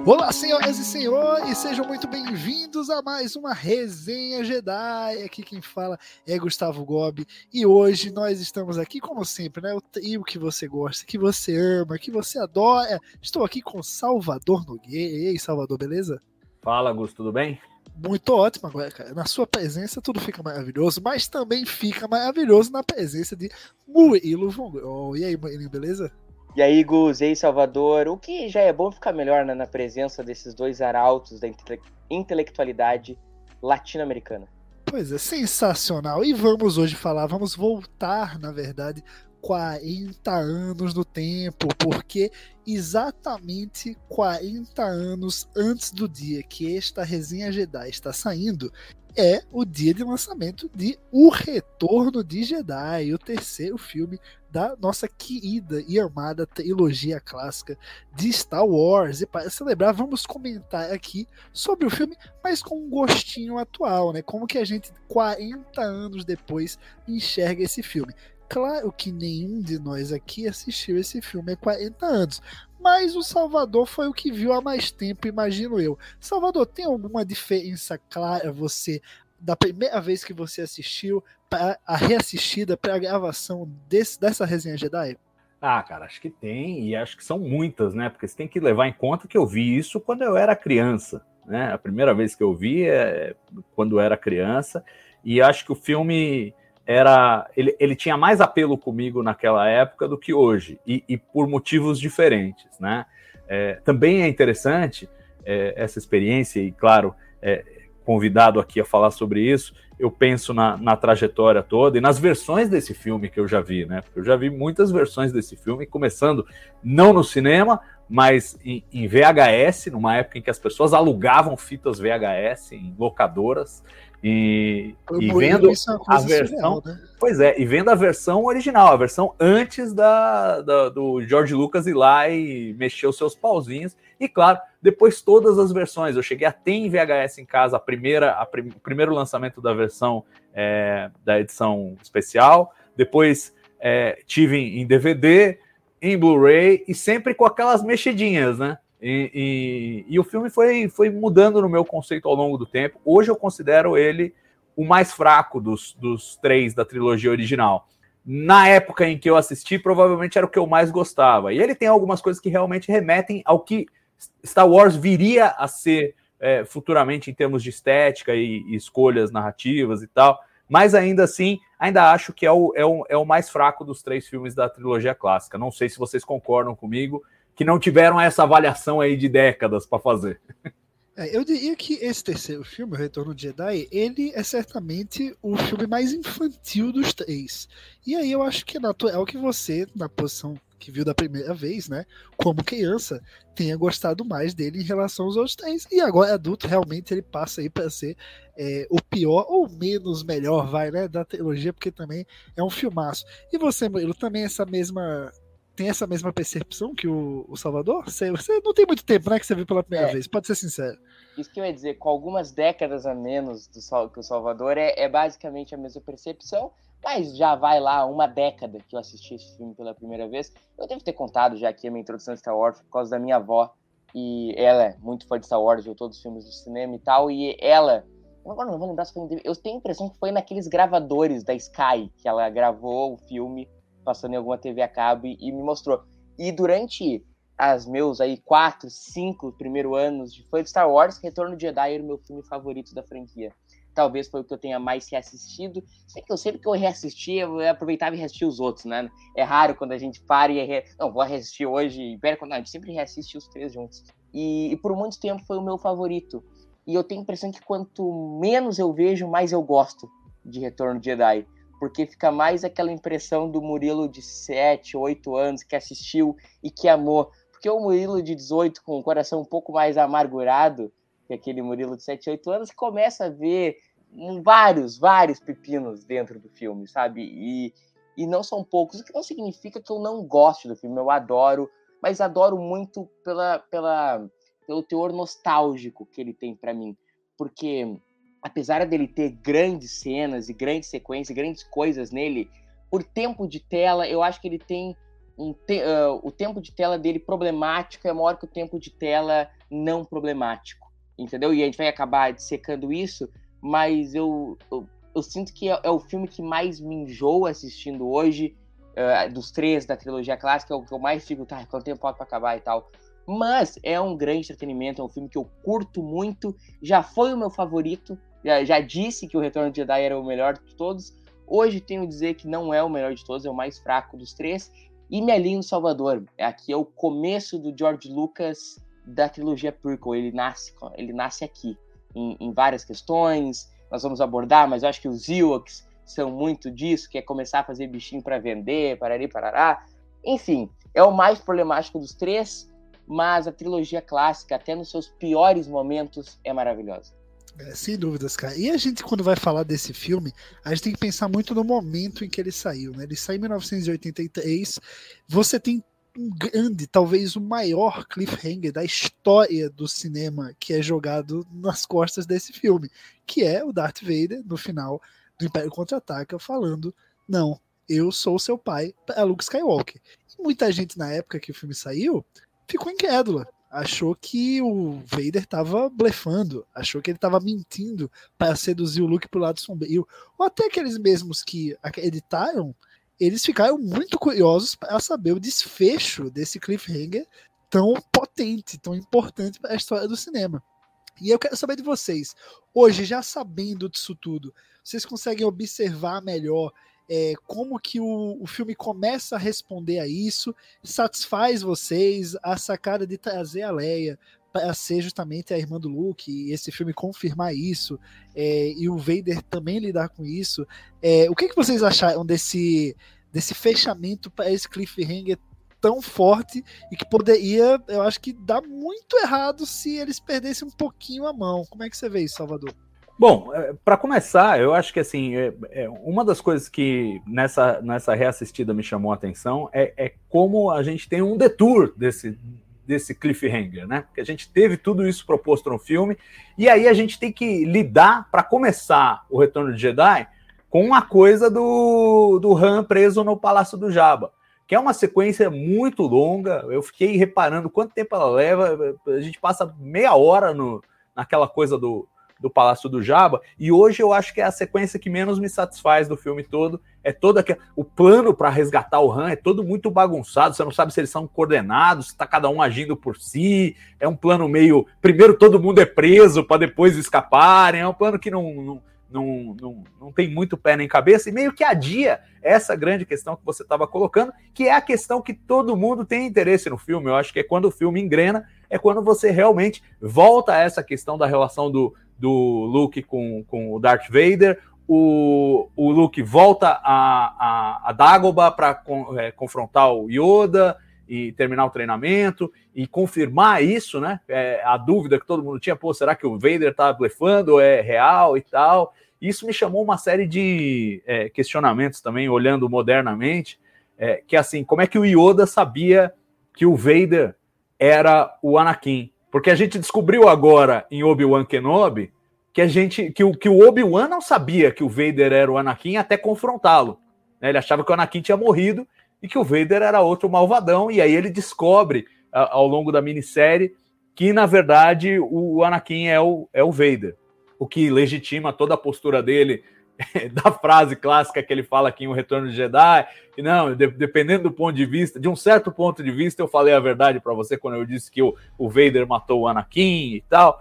Olá, senhoras e senhores, sejam muito bem-vindos a mais uma Resenha Jedi. Aqui quem fala é Gustavo Gobi e hoje nós estamos aqui, como sempre, né? O trio que você gosta, que você ama, que você adora. Estou aqui com Salvador Nogueira. E aí, Salvador, beleza? Fala, Augusto, tudo bem? Muito ótimo agora, cara. Na sua presença tudo fica maravilhoso, mas também fica maravilhoso na presença de Murilo Vongrol. E aí, Murilo, beleza? E aí, Gus, e aí, Salvador? O que já é bom ficar melhor, né, na presença desses dois arautos da intelectualidade latino-americana. Pois é, sensacional. E vamos hoje vamos voltar, na verdade, 40 anos no tempo, porque exatamente 40 anos antes do dia que esta Resenha Jedi está saindo, é o dia de lançamento de O Retorno de Jedi, o terceiro filme da nossa querida e amada trilogia clássica de Star Wars. E para celebrar, vamos comentar aqui sobre o filme, mas com um gostinho atual, né? Como que a gente, 40 anos depois, enxerga esse filme. Claro que nenhum de nós aqui assistiu esse filme há 40 anos, mas o Salvador foi o que viu há mais tempo, imagino eu. Salvador, tem alguma diferença clara você da primeira vez que você assistiu para a reassistida, para a gravação dessa Resenha Jedi? Ah, cara, acho que tem, e acho que são muitas, né? Porque você tem que levar em conta que eu vi isso quando eu era criança, né? A primeira vez que eu vi é quando eu era criança, e acho que o filme ele tinha mais apelo comigo naquela época do que hoje, e por motivos diferentes, né? Também é interessante essa experiência, e claro, convidado aqui a falar sobre isso, eu penso na trajetória toda e nas versões desse filme que eu já vi, né? Porque eu já vi muitas versões desse filme, começando não no cinema, mas em VHS, numa época em que as pessoas alugavam fitas VHS em locadoras, e vendo a versão, surreal, né? Pois é, e vendo a versão original, a versão antes do George Lucas ir lá e mexer os seus pauzinhos, e claro, depois todas as versões. Eu cheguei a ter em VHS em casa o primeiro lançamento da versão da edição especial, depois tive em DVD, em Blu-ray, e sempre com aquelas mexidinhas, né? E o filme foi mudando no meu conceito ao longo do tempo. Hoje eu considero ele o mais fraco dos três da trilogia original. Na época em que eu assisti, provavelmente era o que eu mais gostava. E ele tem algumas coisas que realmente remetem ao que Star Wars viria a ser futuramente em termos de estética e escolhas narrativas e tal. Mas ainda assim, ainda acho que é o mais fraco dos três filmes da trilogia clássica. Não sei se vocês concordam comigo, que não tiveram essa avaliação aí de décadas para fazer. Eu diria que esse terceiro filme, O Retorno de Jedi, ele é certamente o filme mais infantil dos três. E aí eu acho que é natural que você, na posição que viu da primeira vez, né, como criança, tenha gostado mais dele em relação aos outros três. E agora, adulto, realmente ele passa aí para ser o pior ou menos melhor, da trilogia, porque também é um filmaço. E você, Murilo, também tem essa mesma percepção que o Salvador? Você não tem muito tempo, né, que você viu pela primeira vez, pode ser sincero. Isso que eu ia dizer, com algumas décadas a menos que o Salvador, é basicamente a mesma percepção, mas já vai lá uma década que eu assisti esse filme pela primeira vez. Eu devo ter contado já aqui a minha introdução a Star Wars por causa da minha avó, e ela é muito fã de Star Wars, viu todos os filmes do cinema e tal, e ela... Agora não vou lembrar se foi... Eu tenho a impressão que foi naqueles gravadores da Sky que ela gravou o filme passando em alguma TV a cabo e me mostrou. E durante os meus 4, 5 primeiros anos de fã de Star Wars, Retorno de Jedi era o meu filme favorito da franquia. Talvez foi o que eu tenha mais reassistido. Sei que eu sempre que eu reassisti, eu aproveitava e reassistia os outros, né? É raro quando a gente para e... Não, vou reassistir hoje. Não, a gente sempre reassiste os três juntos. E por muito tempo foi o meu favorito. E eu tenho a impressão que quanto menos eu vejo, mais eu gosto de Retorno de Jedi. Porque fica mais aquela impressão do Murilo de 7, 8 anos que assistiu e que amou. Porque o Murilo de 18, com o coração um pouco mais amargurado que aquele Murilo de 7, 8 anos, começa a ver vários pepinos dentro do filme, sabe? E não são poucos, o que não significa que eu não goste do filme, eu adoro, mas adoro muito pelo teor nostálgico que ele tem para mim. Porque... apesar dele ter grandes cenas e grandes sequências, grandes coisas nele, por tempo de tela, eu acho que ele tem o tempo de tela dele problemático é maior que o tempo de tela não problemático, entendeu? E a gente vai acabar dissecando isso, mas eu sinto que é o filme que mais me enjoa assistindo hoje, dos 3 da trilogia clássica, é o que eu mais fico, tá, quanto tempo falta pra acabar e tal. Mas é um grande entretenimento, é um filme que eu curto muito, já foi o meu favorito, já disse que o Retorno de Jedi era o melhor de todos, hoje tenho a dizer que não é o melhor de todos, é o mais fraco dos 3, e me alinho no Salvador. Aqui é o começo do George Lucas da trilogia prequel, ele nasce aqui, em várias questões, nós vamos abordar, mas eu acho que os Ewoks são muito disso, que é começar a fazer bichinho para vender, parari, parará. Enfim, é o mais problemático dos 3, mas a trilogia clássica, até nos seus piores momentos, é maravilhosa. Sem dúvidas, cara. E a gente, quando vai falar desse filme, a gente tem que pensar muito no momento em que ele saiu, né? Ele saiu em 1983, você tem um grande, talvez o maior cliffhanger da história do cinema que é jogado nas costas desse filme, que é o Darth Vader, no final do Império Contra-Ataca, falando, não, eu sou seu pai, para Luke Skywalker. E muita gente na época que o filme saiu ficou incrédula, achou que o Vader estava blefando, achou que ele estava mentindo para seduzir o Luke pro lado sombrio, ou até aqueles mesmos que acreditaram, eles ficaram muito curiosos para saber o desfecho desse cliffhanger tão potente, tão importante para a história do cinema. E eu quero saber de vocês, hoje, já sabendo disso tudo, vocês conseguem observar melhor como que o filme começa a responder a isso? Satisfaz vocês a sacada de trazer a Leia para ser justamente a irmã do Luke, e esse filme confirmar isso, e o Vader também lidar com isso? O que vocês acharam desse fechamento para esse cliffhanger tão forte e que poderia, eu acho que, dar muito errado se eles perdessem um pouquinho a mão? Como é que você vê isso, Salvador? Bom, para começar, eu acho que assim, uma das coisas que nessa reassistida me chamou a atenção é como a gente tem um detour desse cliffhanger, né? Porque a gente teve tudo isso proposto no filme, e aí a gente tem que lidar, para começar o Retorno de Jedi, com a coisa do Han preso no Palácio do Jabba, que é uma sequência muito longa. Eu fiquei reparando quanto tempo ela leva, a gente passa meia hora naquela coisa do Palácio do Jabba, e hoje eu acho que é a sequência que menos me satisfaz do filme todo. É todo o plano para resgatar o Han é todo muito bagunçado, você não sabe se eles são coordenados, se está cada um agindo por si, é um plano meio, primeiro todo mundo é preso para depois escaparem, é um plano que não tem muito pé nem cabeça, e meio que adia essa grande questão que você estava colocando, que é a questão que todo mundo tem interesse no filme. Eu acho que é quando o filme engrena, é quando você realmente volta a essa questão da relação do Luke com o Darth Vader. O Luke volta a Dagobah para confrontar o Yoda e terminar o treinamento e confirmar isso, né? A dúvida que todo mundo tinha, será que o Vader tá blefando ou é real e tal? Isso me chamou uma série de questionamentos também, olhando modernamente, que assim, como é que o Yoda sabia que o Vader era o Anakin? Porque a gente descobriu agora em Obi-Wan Kenobi que o Obi-Wan não sabia que o Vader era o Anakin até confrontá-lo, né? Ele achava que o Anakin tinha morrido e que o Vader era outro malvadão, e aí ele descobre ao longo da minissérie que, na verdade, o Anakin é o Vader, o que legitima toda a postura dele, da frase clássica que ele fala aqui em O Retorno de Jedi, que não, dependendo do ponto de vista, de um certo ponto de vista, eu falei a verdade para você quando eu disse que o Vader matou o Anakin e tal,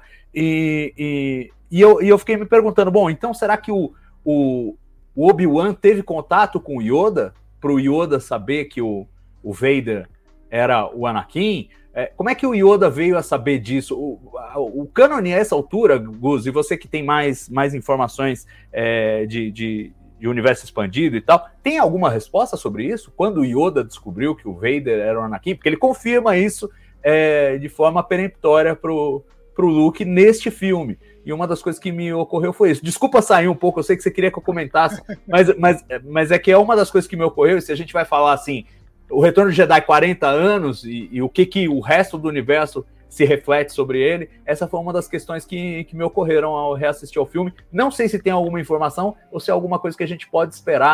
e eu fiquei me perguntando, bom, então será que o Obi-Wan teve contato com o Yoda, para o Yoda saber que o Vader era o Anakin? Como é que o Yoda veio a saber disso? O cânone a essa altura, Gus, e você que tem mais informações de universo expandido e tal, tem alguma resposta sobre isso? Quando o Yoda descobriu que o Vader era o Anakin? Porque ele confirma isso de forma peremptória pro Luke neste filme. E uma das coisas que me ocorreu foi isso. Desculpa sair um pouco, eu sei que você queria que eu comentasse, mas é que é uma das coisas que me ocorreu, e se a gente vai falar assim, o Retorno de Jedi 40 anos, e o que o resto do universo se reflete sobre ele, essa foi uma das questões que me ocorreram ao reassistir ao filme. Não sei se tem alguma informação, ou se é alguma coisa que a gente pode esperar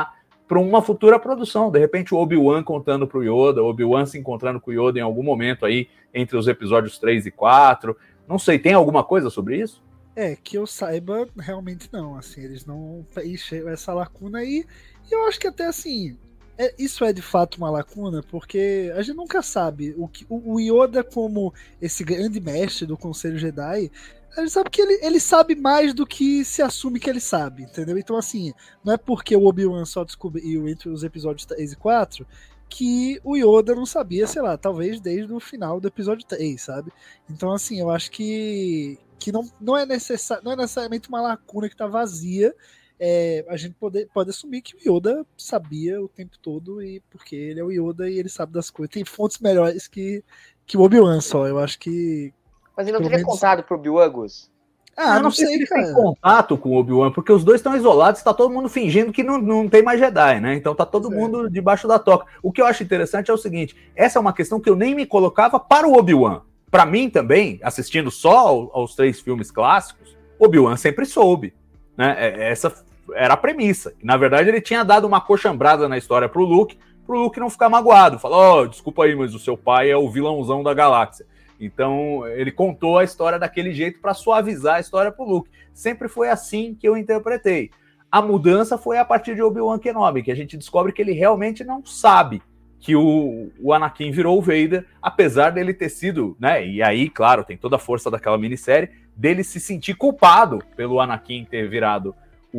para uma futura produção. De repente o Obi-Wan contando para o Yoda, o Obi-Wan se encontrando com o Yoda em algum momento aí, entre os episódios 3 e 4. Não sei, tem alguma coisa sobre isso? Que eu saiba, realmente não. Assim, eles não preencheram essa lacuna aí. E eu acho que até assim, isso é de fato uma lacuna, porque a gente nunca sabe. O Yoda, como esse grande mestre do Conselho Jedi, a gente sabe que ele sabe mais do que se assume que ele sabe, entendeu? Então, assim, não é porque o Obi-Wan só descobriu entre os episódios 3 e 4 que o Yoda não sabia, sei lá, talvez desde o final do episódio 3, sabe? Então, assim, eu acho que não é necessariamente uma lacuna que tá vazia. A gente pode assumir que o Yoda sabia o tempo todo, e porque ele é o Yoda e ele sabe das coisas. Tem fontes melhores que o Obi-Wan só, eu acho que... Mas ele não teria contado pro Obi-Wan, Gus? Não sei se ele tem contato com o Obi-Wan, porque os dois estão isolados, tá todo mundo fingindo que não tem mais Jedi, né? Então tá todo mundo debaixo da toca. O que eu acho interessante é o seguinte, essa é uma questão que eu nem me colocava para o Obi-Wan. Para mim também, assistindo só aos 3 filmes clássicos, Obi-Wan sempre soube, né? Essa era a premissa. Na verdade, ele tinha dado uma coxambrada na história pro Luke não ficar magoado. Falou, desculpa aí, mas o seu pai é o vilãozão da galáxia. Então, ele contou a história daquele jeito para suavizar a história pro Luke. Sempre foi assim que eu interpretei. A mudança foi a partir de Obi-Wan Kenobi, que a gente descobre que ele realmente não sabe que o Anakin virou o Vader, apesar dele ter sido, né? E aí, claro, tem toda a força daquela minissérie, dele se sentir culpado pelo Anakin ter virado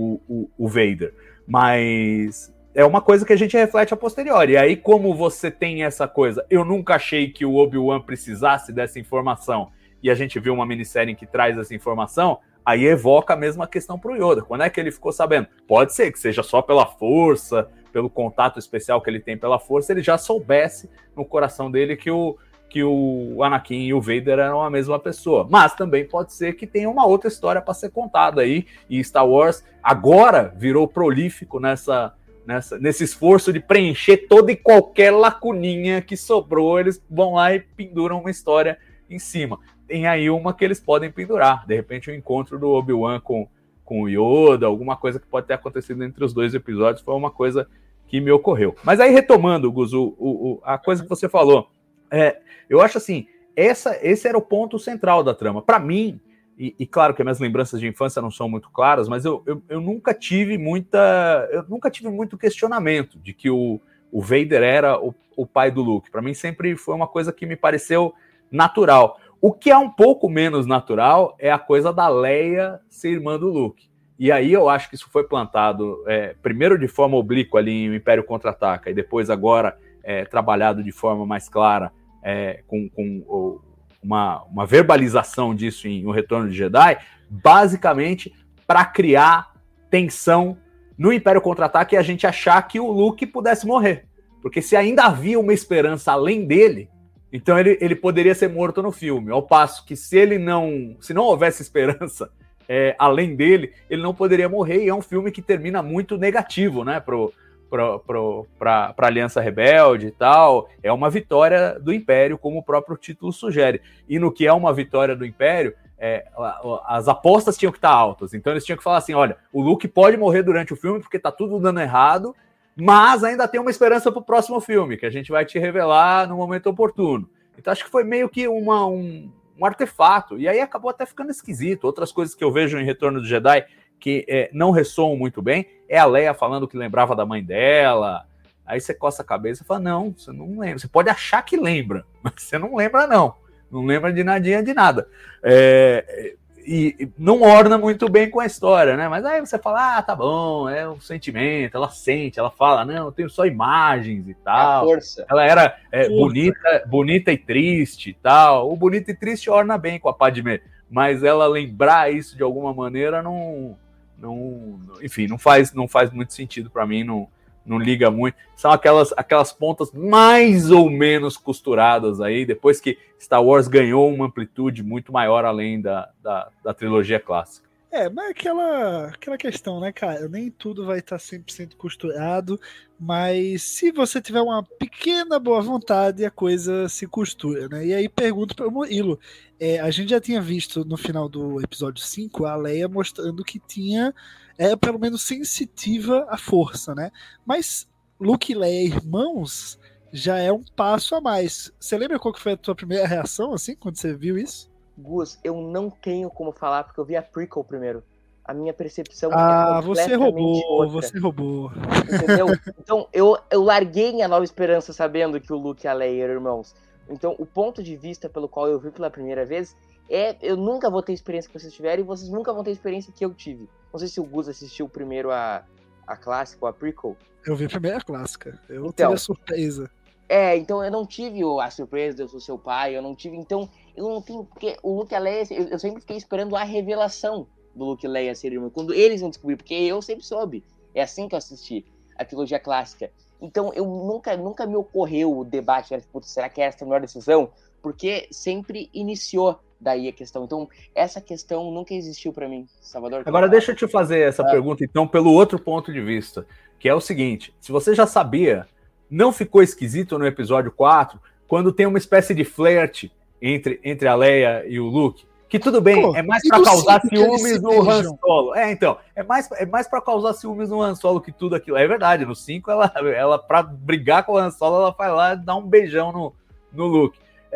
o Vader. Mas é uma coisa que a gente reflete a posteriori. E aí, como você tem essa coisa, eu nunca achei que o Obi-Wan precisasse dessa informação, e a gente viu uma minissérie que traz essa informação, aí evoca a mesma questão pro Yoda. Quando é que ele ficou sabendo? Pode ser que seja só pela força, pelo contato especial que ele tem pela força, ele já soubesse no coração dele que o Anakin e o Vader eram a mesma pessoa. Mas também pode ser que tenha uma outra história para ser contada aí, e Star Wars agora virou prolífico nesse esforço de preencher toda e qualquer lacuninha que sobrou, eles vão lá e penduram uma história em cima. Tem aí uma que eles podem pendurar, de repente o encontro do Obi-Wan com o Yoda, alguma coisa que pode ter acontecido entre os 2 episódios, foi uma coisa que me ocorreu. Mas aí, retomando, Gus, a coisa que você falou, eu acho assim, esse era o ponto central da trama. Para mim, e claro que as minhas lembranças de infância não são muito claras, mas eu nunca tive muito questionamento de que o Vader era o pai do Luke. Para mim sempre foi uma coisa que me pareceu natural. O que é um pouco menos natural é a coisa da Leia ser irmã do Luke. E aí eu acho que isso foi plantado primeiro de forma oblíqua ali em O Império Contra-Ataca, e depois agora trabalhado de forma mais clara com uma verbalização disso em O Retorno de Jedi, basicamente para criar tensão no Império Contra-Ataque e a gente achar que o Luke pudesse morrer. Porque se ainda havia uma esperança além dele, então ele poderia ser morto no filme. Ao passo que se não houvesse esperança além dele, ele não poderia morrer, e é um filme que termina muito negativo, né, para a Aliança Rebelde e tal. É uma vitória do Império, como o próprio título sugere. E no que é uma vitória do Império, as apostas tinham que estar altas. Então eles tinham que falar assim, olha, o Luke pode morrer durante o filme porque tá tudo dando errado, mas ainda tem uma esperança pro próximo filme, que a gente vai te revelar no momento oportuno. Então acho que foi meio que um artefato, e aí acabou até ficando esquisito. Outras coisas que eu vejo em Retorno do Jedi que não ressoam muito bem, é a Leia falando que lembrava da mãe dela. Aí você coça a cabeça e fala, não, você não lembra. Você pode achar que lembra, mas você não lembra, não. Não lembra de nadinha de nada. E não orna muito bem com a história, né? Mas aí você fala, tá bom, é um sentimento, ela sente, ela fala, não, eu tenho só imagens e tal. Força. Ela era bonita e triste e tal. O bonito e triste orna bem com a Padmé, mas ela lembrar isso de alguma maneira enfim, não faz muito sentido para mim, não liga muito. São aquelas pontas mais ou menos costuradas aí, depois que Star Wars ganhou uma amplitude muito maior além da trilogia clássica. Mas aquela questão, né, cara? Nem tudo vai estar 100% costurado, mas se você tiver uma pequena boa vontade, a coisa se costura, né? E aí pergunto para o Murilo, a gente já tinha visto no final do episódio 5 a Leia mostrando que era pelo menos sensitiva à força, né? Mas Luke e Leia irmãos já é um passo a mais. Você lembra qual que foi a tua primeira reação, assim, quando você viu isso? Gus, eu não tenho como falar porque eu vi a prequel primeiro. A minha percepção é Você completamente roubou, outra. você roubou. Entendeu? Então, eu larguei em A Nova Esperança sabendo que o Luke e a Leia eram irmãos. Então, o ponto de vista pelo qual eu vi pela primeira vez eu nunca vou ter a experiência que vocês tiveram e vocês nunca vão ter a experiência que eu tive. Não sei se o Gus assistiu primeiro a clássica ou a prequel. Eu vi a primeira clássica. Eu Então, tive a surpresa. então eu não tive a surpresa de eu sou seu pai, eu não tive. Então, eu não tenho. Porque o Luke e a Leia, eu sempre fiquei esperando a revelação do Luke e Leia ser irmãos. Quando eles vão descobrir, porque eu sempre soube. É assim que eu assisti a trilogia clássica. Então, eu nunca me ocorreu o debate, será que essa é a melhor decisão? Porque sempre iniciou daí a questão. Então, essa questão nunca existiu para mim, Salvador. Agora deixa eu te fazer essa pergunta, então, pelo outro ponto de vista, que é o seguinte, se você já sabia, não ficou esquisito no episódio 4, quando tem uma espécie de flerte entre a Leia e o Luke? Que tudo bem, é mais para causar ciúmes no Han Solo. Então, é mais para causar ciúmes no Han Solo que tudo aquilo. É verdade, no 5, ela para brigar com o Han Solo, ela vai lá e dá um beijão no Luke.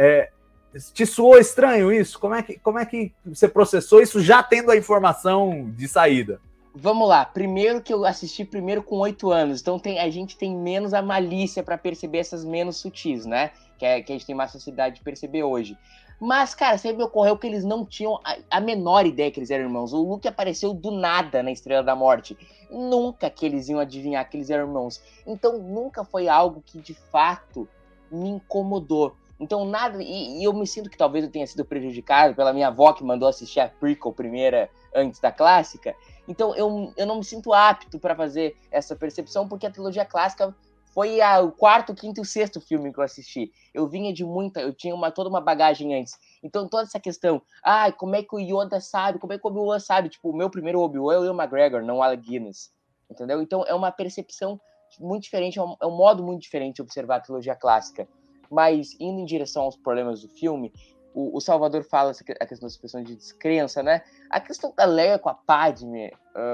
Te soou estranho isso? Como é que você processou isso já tendo a informação de saída? Vamos lá. Primeiro que eu assisti primeiro com 8 anos, então a gente tem menos a malícia para perceber essas menos sutis, né? Que a gente tem mais facilidade de perceber hoje. Mas, cara, sempre me ocorreu que eles não tinham a menor ideia que eles eram irmãos. O Luke apareceu do nada na Estrela da Morte. Nunca que eles iam adivinhar que eles eram irmãos. Então, nunca foi algo que, de fato, me incomodou. Então, nada... E eu me sinto que talvez eu tenha sido prejudicado pela minha avó, que mandou assistir a prequel primeira antes da clássica. Então, eu não me sinto apto para fazer essa percepção, porque a trilogia clássica foi o quarto, quinto e o sexto filme que eu assisti. Eu vinha de eu tinha toda uma bagagem antes. Então, toda essa questão, como é que o Yoda sabe, como é que o Obi-Wan sabe? Tipo, o meu primeiro Obi-Wan é o Ian McGregor, não o Alec Guinness. Entendeu? Então, é uma percepção muito diferente, é um modo muito diferente de observar a trilogia clássica. Mas, indo em direção aos problemas do filme, o Salvador fala a questão das pessoas de descrença, né? A questão da Leia com a Padme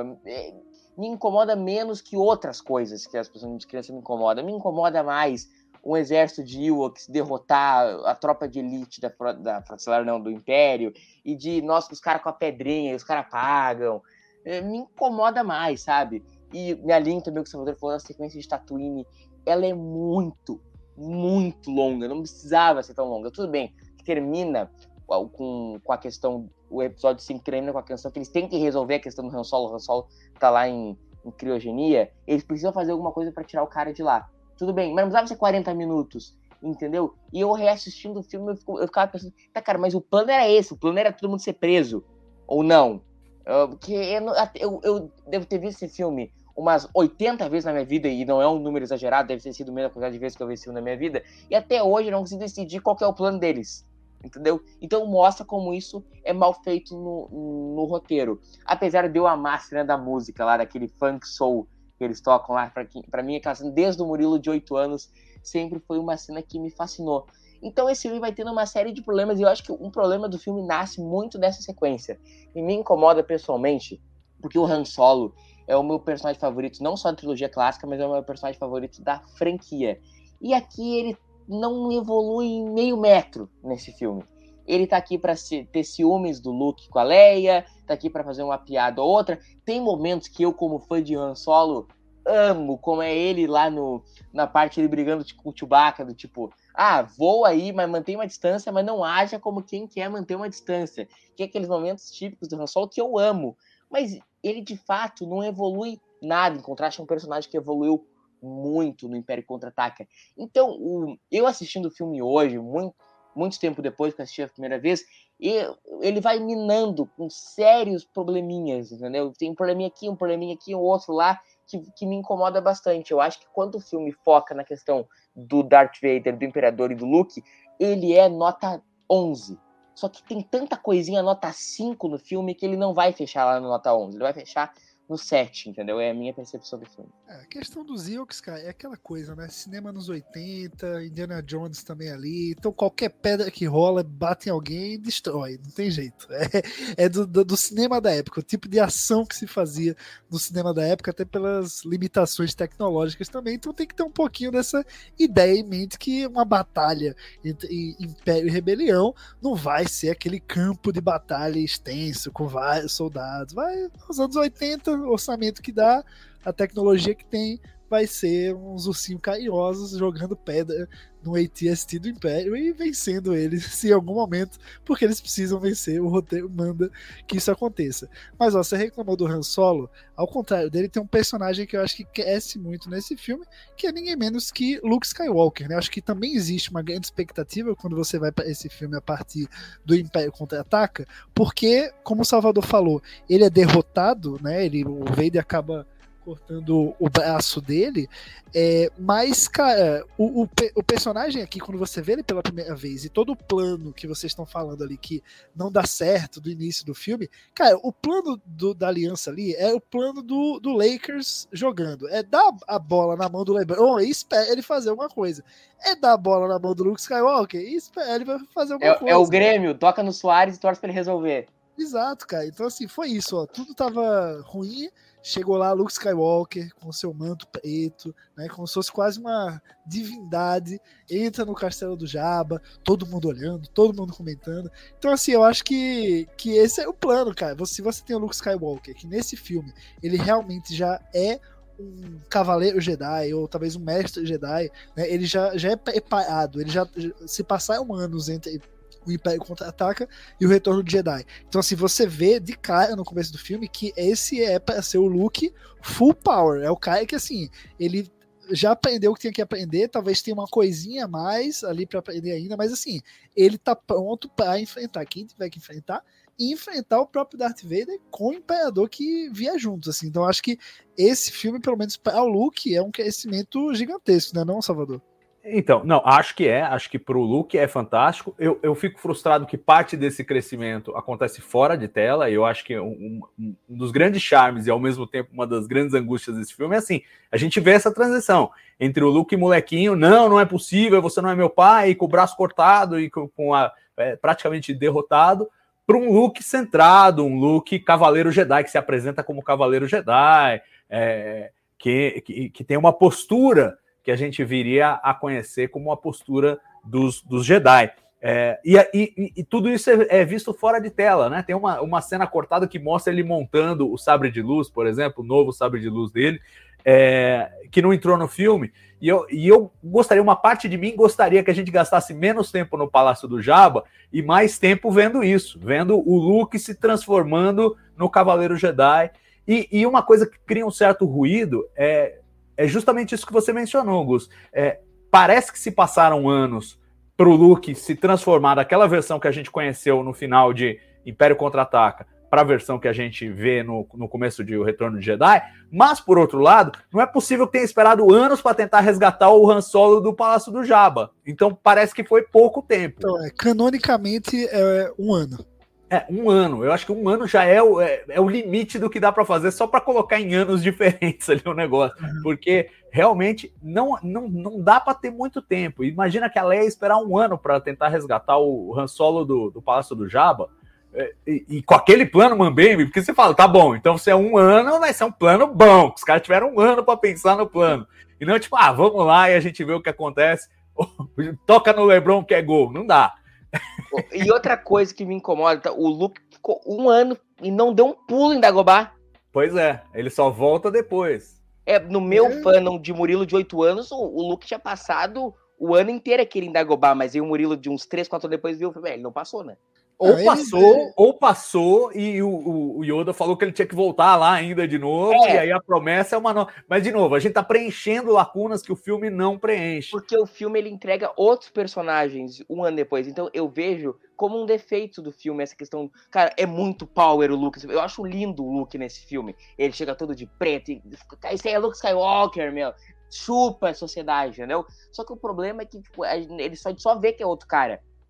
me incomoda menos que outras coisas que as pessoas de descrença me incomodam. Me incomoda mais um exército de Ewoks derrotar a tropa de elite da Frota Estelar, não, do Império, e de, nossa, os caras com a pedrinha, e os caras pagam. Me incomoda mais, sabe? E me alinho também com o Salvador falou, a sequência de Tatooine, ela é muito, muito longa. Não precisava ser tão longa. Tudo bem, que termina com a questão, o episódio 5 termina com a questão que eles têm que resolver a questão do Han Solo. O Han Solo tá lá em criogenia, eles precisam fazer alguma coisa para tirar o cara de lá. Tudo bem, mas não precisava ser 40 minutos, entendeu? E eu reassistindo o filme, eu ficava pensando, cara, mas o plano era esse, o plano era todo mundo ser preso, ou não? Porque eu devo ter visto esse filme umas 80 vezes na minha vida, e não é um número exagerado, deve ter sido a mesma quantidade de vezes que eu vi esse filme na minha vida, e até hoje eu não consigo decidir qual que é o plano deles, entendeu? Então mostra como isso é mal feito no roteiro. Apesar de eu amar a cena da música lá, daquele funk soul que eles tocam lá, pra mim, aquela cena, desde o Murilo de 8 anos, sempre foi uma cena que me fascinou. Então esse filme vai tendo uma série de problemas, e eu acho que um problema do filme nasce muito dessa sequência. E me incomoda pessoalmente, porque o Han Solo é o meu personagem favorito, não só da trilogia clássica, mas é o meu personagem favorito da franquia. E aqui ele não evolui em meio metro nesse filme. Ele tá aqui pra ter ciúmes do Luke com a Leia, tá aqui pra fazer uma piada ou outra. Tem momentos que eu, como fã de Han Solo, amo, como é ele lá na parte ele brigando com o Chewbacca, do tipo, voa aí, mas mantém uma distância, mas não haja como quem quer manter uma distância. Que é aqueles momentos típicos do Han Solo que eu amo. Mas ele, de fato, não evolui nada, em contraste a um personagem que evoluiu muito no Império Contra-Ataca. Então, eu assistindo o filme hoje, muito tempo depois que eu assisti a primeira vez, ele vai minando com sérios probleminhas, entendeu? Tem um probleminha aqui, um outro lá, que me incomoda bastante. Eu acho que quando o filme foca na questão do Darth Vader, do Imperador e do Luke, ele é nota 11. Só que tem tanta coisinha nota 5 no filme que ele não vai fechar lá no nota 11. Ele vai fechar no 7, entendeu? É a minha percepção do filme. A questão dos Ewoks, cara, é aquela coisa, né? Cinema nos 80, Indiana Jones também ali. Então qualquer pedra que rola, bate em alguém e destrói. Não tem jeito. É do cinema da época. O tipo de ação que se fazia no cinema da época, até pelas limitações tecnológicas também. Então tem que ter um pouquinho dessa ideia em mente que uma batalha entre Império e Rebelião não vai ser aquele campo de batalha extenso, com vários soldados. Vai nos anos 80, o orçamento que dá, a tecnologia que tem, vai ser uns ursinhos carinhosos jogando pedra no AT-ST do Império e vencendo eles se em algum momento, porque eles precisam vencer, o roteiro manda que isso aconteça. Mas ó, você reclamou do Han Solo, ao contrário dele, tem um personagem que eu acho que cresce muito nesse filme, que é ninguém menos que Luke Skywalker, né? Acho que também existe uma grande expectativa quando você vai para esse filme a partir do Império Contra-Ataca, porque, como o Salvador falou, ele é derrotado, né? O Vader acaba cortando o braço dele, mas, cara, o personagem aqui, quando você vê ele pela primeira vez, e todo o plano que vocês estão falando ali, que não dá certo do início do filme, cara, o plano da aliança ali é o plano do Lakers jogando, é dar a bola na mão do LeBron e espera ele fazer alguma coisa, é dar a bola na mão do Luke Skywalker e espera ele fazer alguma coisa. É o Grêmio, toca no Soares e torce pra ele resolver. Exato, cara, então assim, foi isso, ó, tudo tava ruim. Chegou lá Luke Skywalker com seu manto preto, né, como se fosse quase uma divindade, entra no castelo do Jabba, todo mundo olhando, todo mundo comentando. Então assim, eu acho que esse é o plano, cara. Se você tem o Luke Skywalker, que nesse filme ele realmente já é um cavaleiro Jedi, ou talvez um mestre Jedi, né, ele já é preparado, ele já se passaram anos entre o Império Contra-Ataca e o Retorno de Jedi. Então, assim, você vê de cara no começo do filme que esse é para ser o Luke full power. É o cara que, assim, ele já aprendeu o que tinha que aprender, talvez tenha uma coisinha a mais ali para aprender ainda, mas, assim, ele tá pronto para enfrentar quem tiver que enfrentar e enfrentar o próprio Darth Vader com o Imperador que via juntos, assim. Então, acho que esse filme, pelo menos para o Luke, é um crescimento gigantesco, né, não, Salvador? Então, não, acho que pro Luke é fantástico. Eu fico frustrado que parte desse crescimento acontece fora de tela, e eu acho que um dos grandes charmes e ao mesmo tempo uma das grandes angústias desse filme é assim, a gente vê essa transição entre o Luke molequinho, não é possível, você não é meu pai, com o braço cortado e praticamente derrotado, para um Luke centrado, um Luke cavaleiro Jedi, que se apresenta como cavaleiro Jedi, que tem uma postura que a gente viria a conhecer como a postura dos Jedi. E tudo isso é visto fora de tela, né? Tem uma cena cortada que mostra ele montando o sabre de luz, por exemplo, o novo sabre de luz dele, que não entrou no filme. E eu gostaria, uma parte de mim gostaria que a gente gastasse menos tempo no Palácio do Jabba e mais tempo vendo isso, vendo o Luke se transformando no Cavaleiro Jedi. E uma coisa que cria um certo ruído é justamente isso que você mencionou, Gus. Parece que se passaram anos para o Luke se transformar daquela versão que a gente conheceu no final de Império Contra-Ataca para a versão que a gente vê no começo de O Retorno de Jedi, mas, por outro lado, não é possível que tenha esperado anos para tentar resgatar o Han Solo do Palácio do Jabba. Então, parece que foi pouco tempo. Então, canonicamente, é um ano. Um ano. Eu acho que um ano já é o limite do que dá para fazer só para colocar em anos diferentes ali o negócio. Porque realmente não dá para ter muito tempo. Imagina que a Leia ia esperar um ano para tentar resgatar o Han Solo do Palácio do Jabba. E com aquele plano Mambembe, porque você fala, tá bom, então se é um ano, vai ser um plano bom. Os caras tiveram um ano para pensar no plano. E não tipo, vamos lá e a gente vê o que acontece. Toca no LeBron que é gol. Não dá. E outra coisa que me incomoda, o Luke ficou um ano e não deu um pulo em Dagobah. Pois é, ele só volta depois. No meu fandom de Murilo de 8 anos, o Luke tinha passado o ano inteiro aquele em Dagobah, mas aí o Murilo de uns 3, 4 anos depois viu, ele não passou, né? Ou passou e o Yoda falou que ele tinha que voltar lá ainda de novo, e aí a promessa é uma nova. Mas, de novo, a gente tá preenchendo lacunas que o filme não preenche. Porque o filme, ele entrega outros personagens um ano depois, então eu vejo como um defeito do filme essa questão. Cara, é muito power o Luke, eu acho lindo o Luke nesse filme, ele chega todo de preto e esse aí é Luke Skywalker, meu, chupa a sociedade, entendeu? Só que o problema é que tipo, ele só vê que é outro cara.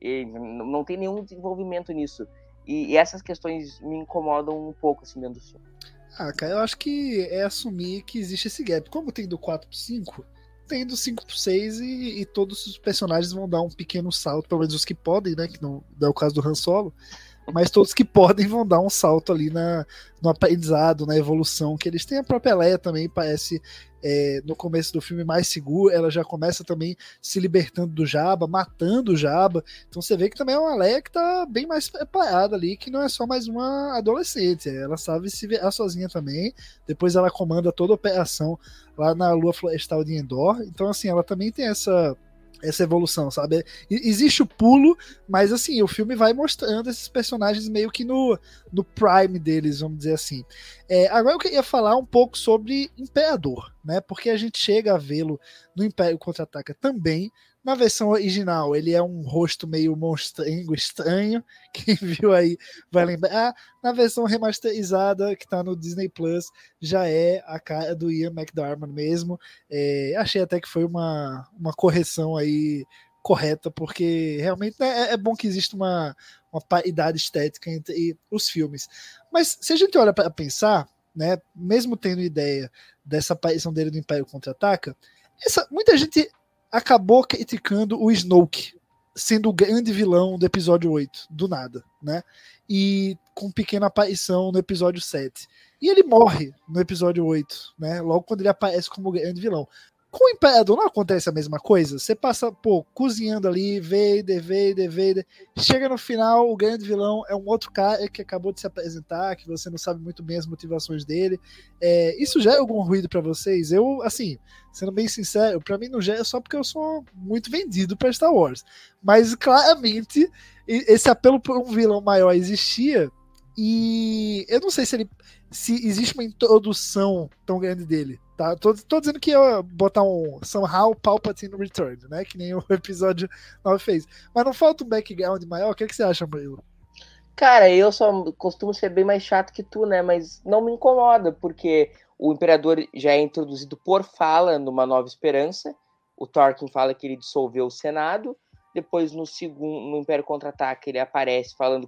Não tem nenhum desenvolvimento nisso. E essas questões me incomodam um pouco, assim, dentro do filme. Cara, eu acho que é assumir que existe esse gap. Como tem do 4 pro 5, tem do 5 pro 6 e todos os personagens vão dar um pequeno salto, pelo menos os que podem, né? Que não é o caso do Han Solo. Mas todos que podem vão dar um salto ali no aprendizado, na evolução que eles têm. A própria Leia também parece, no começo do filme, mais segura. Ela já começa também se libertando do Jabba, matando o Jabba. Então você vê que também é uma Leia que tá bem mais preparada ali, que não é só mais uma adolescente. Ela sabe se virar sozinha também. Depois ela comanda toda a operação lá na Lua Florestal de Endor. Então assim, ela também tem essa evolução, sabe? Existe o pulo, mas assim, o filme vai mostrando esses personagens meio que no prime deles, vamos dizer assim. Agora eu queria falar um pouco sobre Imperador, né? Porque a gente chega a vê-lo no Império Contra-Ataca também. Na versão original, ele é um rosto meio monstrengo, estranho. Quem viu aí vai lembrar. Na versão remasterizada, que tá no Disney Plus, já é a cara do Ian McDiarmid mesmo. Achei até que foi uma correção aí correta, porque realmente é bom que exista uma paridade estética entre os filmes. Mas se a gente olha para pensar, né, mesmo tendo ideia dessa aparição dele no Império Contra-Ataca, muita gente acabou criticando o Snoke, sendo o grande vilão do episódio 8, do nada, né? E com pequena aparição no episódio 7. E ele morre no episódio 8, né? Logo quando ele aparece como grande vilão. Com o Imperador não acontece a mesma coisa? Você passa, cozinhando ali, Vader, chega no final, o grande vilão é um outro cara que acabou de se apresentar, que você não sabe muito bem as motivações dele. Isso gera algum ruído pra vocês? Eu, assim, sendo bem sincero, pra mim não gera só porque eu sou muito vendido pra Star Wars. Mas, claramente, esse apelo por um vilão maior existia, e eu não sei se existe uma introdução tão grande dele. Tá? Tô dizendo que ia botar um Somehow Palpatine Return, né? Que nem o episódio 9 fez. Mas não falta um background maior? O que você acha, Murilo? Cara, eu só costumo ser bem mais chato que tu, né? Mas não me incomoda, porque o Imperador já é introduzido por fala numa Nova Esperança. O Tarkin fala que ele dissolveu o Senado. Depois, no Império Contra-Ataca, ele aparece falando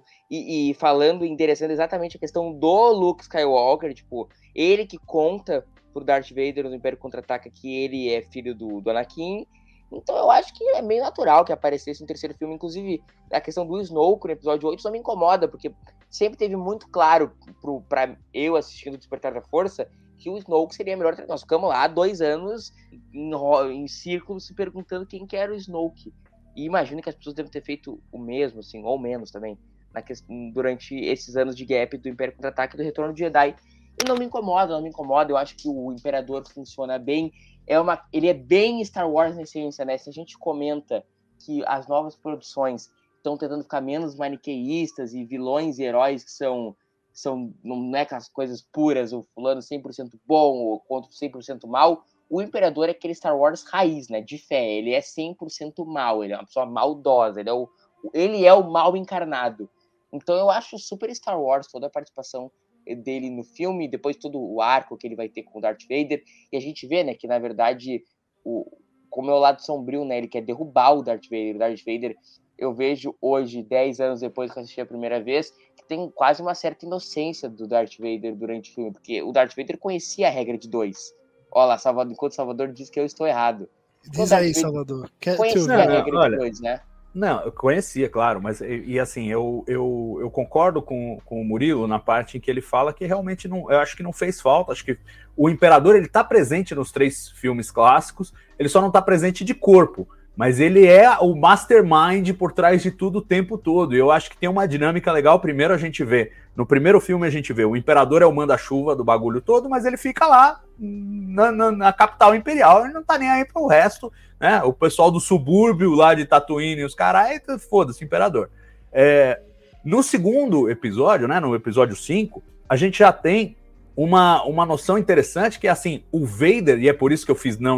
e falando, endereçando exatamente a questão do Luke Skywalker. Tipo, ele que conta pro Darth Vader no Império Contra-Ataca que ele é filho do Anakin. Então eu acho que é meio natural que aparecesse no terceiro filme. Inclusive, a questão do Snoke no episódio 8 só me incomoda, porque sempre teve muito claro pra eu assistindo o Despertar da Força que o Snoke seria melhor. Nós ficamos lá 2 anos em círculo se perguntando quem que era o Snoke. E imagino que as pessoas devem ter feito o mesmo, assim, ou menos também, durante esses anos de gap do Império Contra-Ataque e do Retorno de Jedi. E não me incomoda. Eu acho que o Imperador funciona bem. Ele é bem Star Wars na essência, né? Se a gente comenta que as novas produções estão tentando ficar menos maniqueístas e vilões e heróis que são não é aquelas coisas puras, o fulano 100% bom ou contra 100% mal, o Imperador é aquele Star Wars raiz, né? De fé. Ele é 100% mal, ele é uma pessoa maldosa, ele é o mal encarnado. Então eu acho super Star Wars toda a participação dele no filme, depois todo o arco que ele vai ter com o Darth Vader, e a gente vê, né, que na verdade como é o lado sombrio, né, ele quer derrubar o Darth Vader, eu vejo hoje, 10 anos depois que eu assisti a primeira vez, que tem quase uma certa inocência do Darth Vader durante o filme, porque o Darth Vader conhecia a regra de 2. Olha lá, enquanto Salvador diz que eu estou errado. Diz aí, Salvador. Conhecia a regra de 2, né? Não, eu conhecia, claro, mas assim, eu concordo com o Murilo na parte em que ele fala que realmente eu acho que não fez falta. Acho que o Imperador, ele tá presente nos 3 filmes clássicos, ele só não tá presente de corpo, mas ele é o mastermind por trás de tudo o tempo todo, e eu acho que tem uma dinâmica legal. No primeiro filme a gente vê o Imperador é o manda-chuva do bagulho todo, mas ele fica lá na capital imperial, ele não tá nem aí pro resto, né? O pessoal do subúrbio lá de Tatooine, os caras, foda-se, Imperador. No segundo episódio, né, no episódio 5, a gente já tem uma noção interessante, que é assim, o Vader, e é por isso que eu fiz não,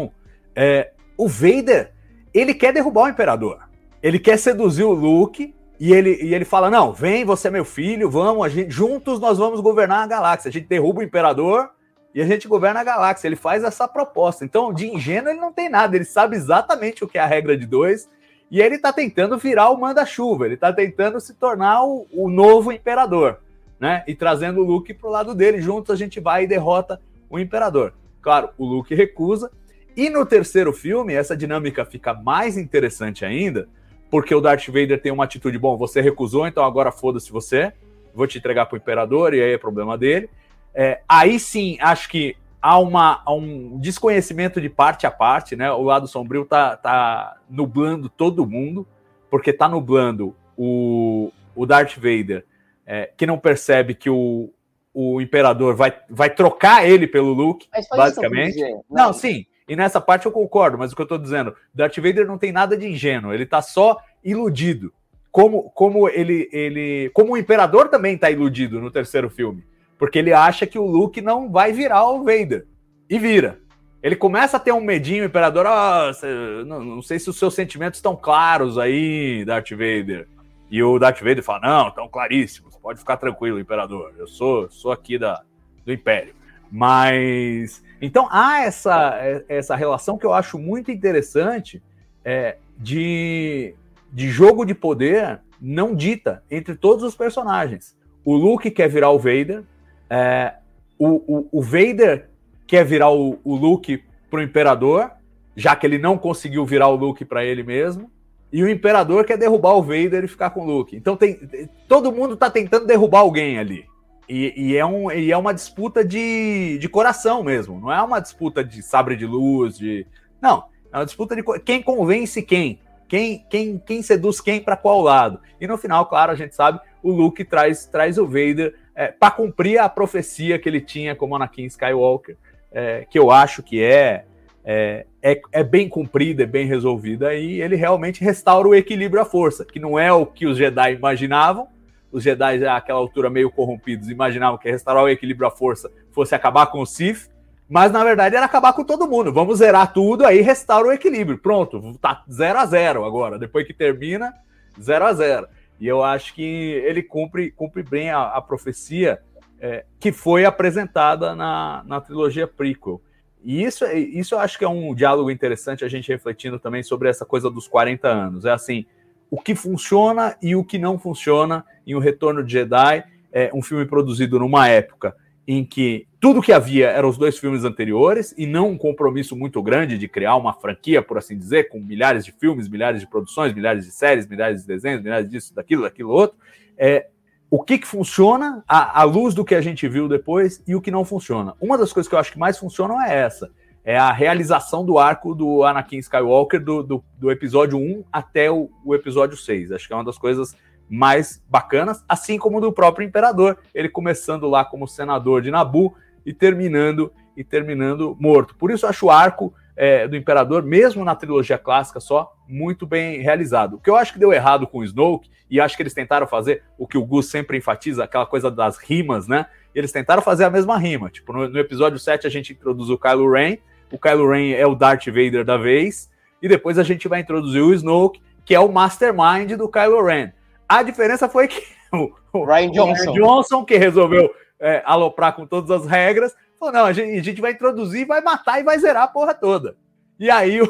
o Vader, ele quer derrubar o Imperador, ele quer seduzir o Luke, e ele fala, não, vem, você é meu filho, vamos, juntos nós vamos governar a galáxia, a gente derruba o Imperador e a gente governa a galáxia. Ele faz essa proposta. Então, de ingênuo ele não tem nada, ele sabe exatamente o que é a regra de 2, E ele tá tentando virar o manda-chuva, ele tá tentando se tornar o novo imperador, né? E trazendo o Luke pro lado dele, juntos a gente vai e derrota o imperador. Claro, o Luke recusa. E no terceiro filme, essa dinâmica fica mais interessante ainda, porque o Darth Vader tem uma atitude, bom, você recusou, então agora foda-se você, vou te entregar pro imperador, e aí é problema dele. Aí sim, acho que há um desconhecimento de parte a parte, né? O lado sombrio tá nublando todo mundo, porque tá nublando o Darth Vader, que não percebe que o imperador vai trocar ele pelo Luke, basicamente. Não, sim, e nessa parte eu concordo, mas o que eu tô dizendo, Darth Vader não tem nada de ingênuo, ele tá só iludido. Como o imperador também tá iludido no terceiro filme, porque ele acha que o Luke não vai virar o Vader, e vira. Ele começa a ter um medinho, o imperador, não sei se os seus sentimentos estão claros aí, Darth Vader. E o Darth Vader fala, não, estão claríssimos, pode ficar tranquilo, imperador, eu sou aqui do Império. Mas, então há essa relação que eu acho muito interessante de jogo de poder não dita entre todos os personagens. O Luke quer virar o Vader, o Vader quer virar o Luke pro Imperador, já que ele não conseguiu virar o Luke para ele mesmo, e o Imperador quer derrubar o Vader e ficar com o Luke. Então todo mundo tá tentando derrubar alguém ali. E é uma disputa de coração mesmo, não é uma disputa de sabre de luz, não, é uma disputa de quem convence quem seduz quem para qual lado. E no final, claro, a gente sabe, o Luke traz o Vader para cumprir a profecia que ele tinha como Anakin Skywalker, que eu acho que é bem cumprida, é bem resolvida, e ele realmente restaura o equilíbrio à força, que não é o que os Jedi imaginavam. Os Jedi, àquela altura meio corrompidos, imaginavam que restaurar o equilíbrio à força fosse acabar com o Sith, mas na verdade era acabar com todo mundo. Vamos zerar tudo, aí restaura o equilíbrio. Pronto, tá 0-0 agora. Depois que termina, 0-0. E eu acho que ele cumpre bem a profecia que foi apresentada na trilogia prequel. E isso eu acho que é um diálogo interessante, a gente refletindo também sobre essa coisa dos 40 anos. É assim, o que funciona e o que não funciona em O Retorno de Jedi, um filme produzido numa época em que tudo que havia eram os 2 filmes anteriores e não um compromisso muito grande de criar uma franquia, por assim dizer, com milhares de filmes, milhares de produções, milhares de séries, milhares de desenhos, milhares disso, daquilo outro. O que funciona à luz do que a gente viu depois e o que não funciona. Uma das coisas que eu acho que mais funcionam é essa. É a realização do arco do Anakin Skywalker do episódio 1 até o episódio 6. Acho que é uma das coisas mais bacanas, assim como do próprio Imperador. Ele começando lá como senador de Naboo e terminando morto. Por isso eu acho o arco do Imperador, mesmo na trilogia clássica só, muito bem realizado. O que eu acho que deu errado com o Snoke, e acho que eles tentaram fazer o que o Gus sempre enfatiza, aquela coisa das rimas, né? Eles tentaram fazer a mesma rima. Tipo, no episódio 7 a gente introduz o Kylo Ren é o Darth Vader da vez, e depois a gente vai introduzir o Snoke, que é o mastermind do Kylo Ren. A diferença foi que o Rian Johnson, que resolveu aloprar com todas as regras, falou, não, a gente vai introduzir, vai matar e vai zerar a porra toda. E aí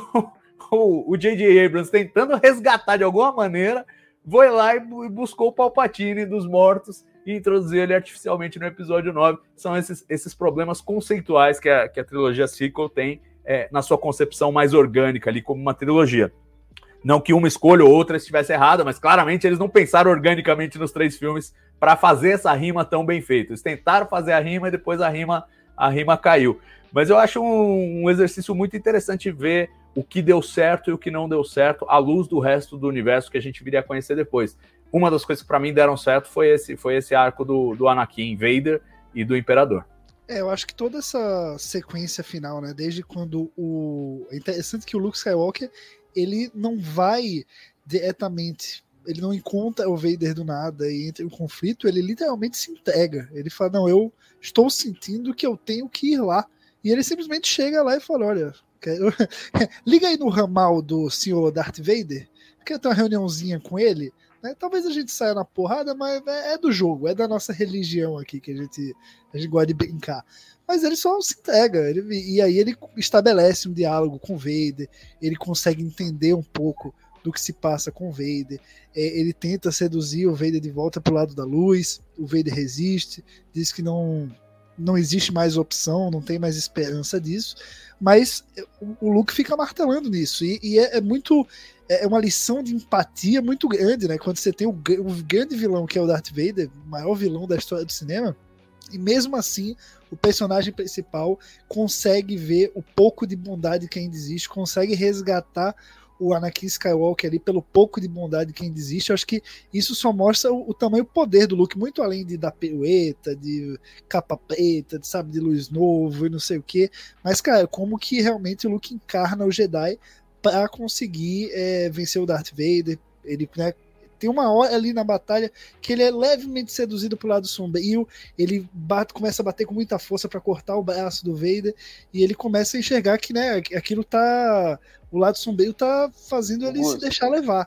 o J.J. Abrams, tentando resgatar de alguma maneira, foi lá e buscou o Palpatine dos mortos e introduziu ele artificialmente no episódio 9. São esses problemas conceituais que a trilogia sequel tem na sua concepção mais orgânica ali como uma trilogia. Não que uma escolha ou outra estivesse errada, mas claramente eles não pensaram organicamente nos 3 filmes para fazer essa rima tão bem feita. Eles tentaram fazer a rima e depois a rima caiu. Mas eu acho um exercício muito interessante ver o que deu certo e o que não deu certo à luz do resto do universo que a gente viria a conhecer depois. Uma das coisas que para mim deram certo foi esse arco do Anakin Vader e do Imperador. Eu acho que toda essa sequência final, né, desde quando é interessante que o Luke Skywalker, ele não vai diretamente, ele não encontra o Vader do nada e entra em um conflito, ele literalmente se entrega. Ele fala, não, eu estou sentindo que eu tenho que ir lá. E ele simplesmente chega lá e fala, olha, liga aí no ramal do senhor Darth Vader, quer ter uma reuniãozinha com ele, né? Talvez a gente saia na porrada, mas é do jogo, é da nossa religião aqui que a gente gosta de brincar. Mas ele só se entrega, e aí ele estabelece um diálogo com o Vader, ele consegue entender um pouco do que se passa com o Vader. Ele tenta seduzir o Vader de volta pro lado da luz, o Vader resiste, diz que não existe mais opção, não tem mais esperança disso, mas o Luke fica martelando nisso, e é muito... É uma lição de empatia muito grande, né? Quando você tem o grande vilão que é o Darth Vader, o maior vilão da história do cinema, e mesmo assim o personagem principal consegue ver o pouco de bondade que ainda existe, consegue resgatar o Anakin Skywalker ali pelo pouco de bondade que ainda existe. Eu acho que isso só mostra o tamanho e o poder do Luke, muito além de dar pirueta, de capa preta, de sabre de luz novo e não sei o que. Mas, cara, como que realmente o Luke encarna o Jedi para conseguir vencer o Darth Vader. Ele, né, tem uma hora ali na batalha que ele é levemente seduzido pro lado sombrio, ele começa a bater com muita força para cortar o braço do Vader, e ele começa a enxergar que, né, aquilo tá... O lado sombrio tá fazendo ele se deixar levar.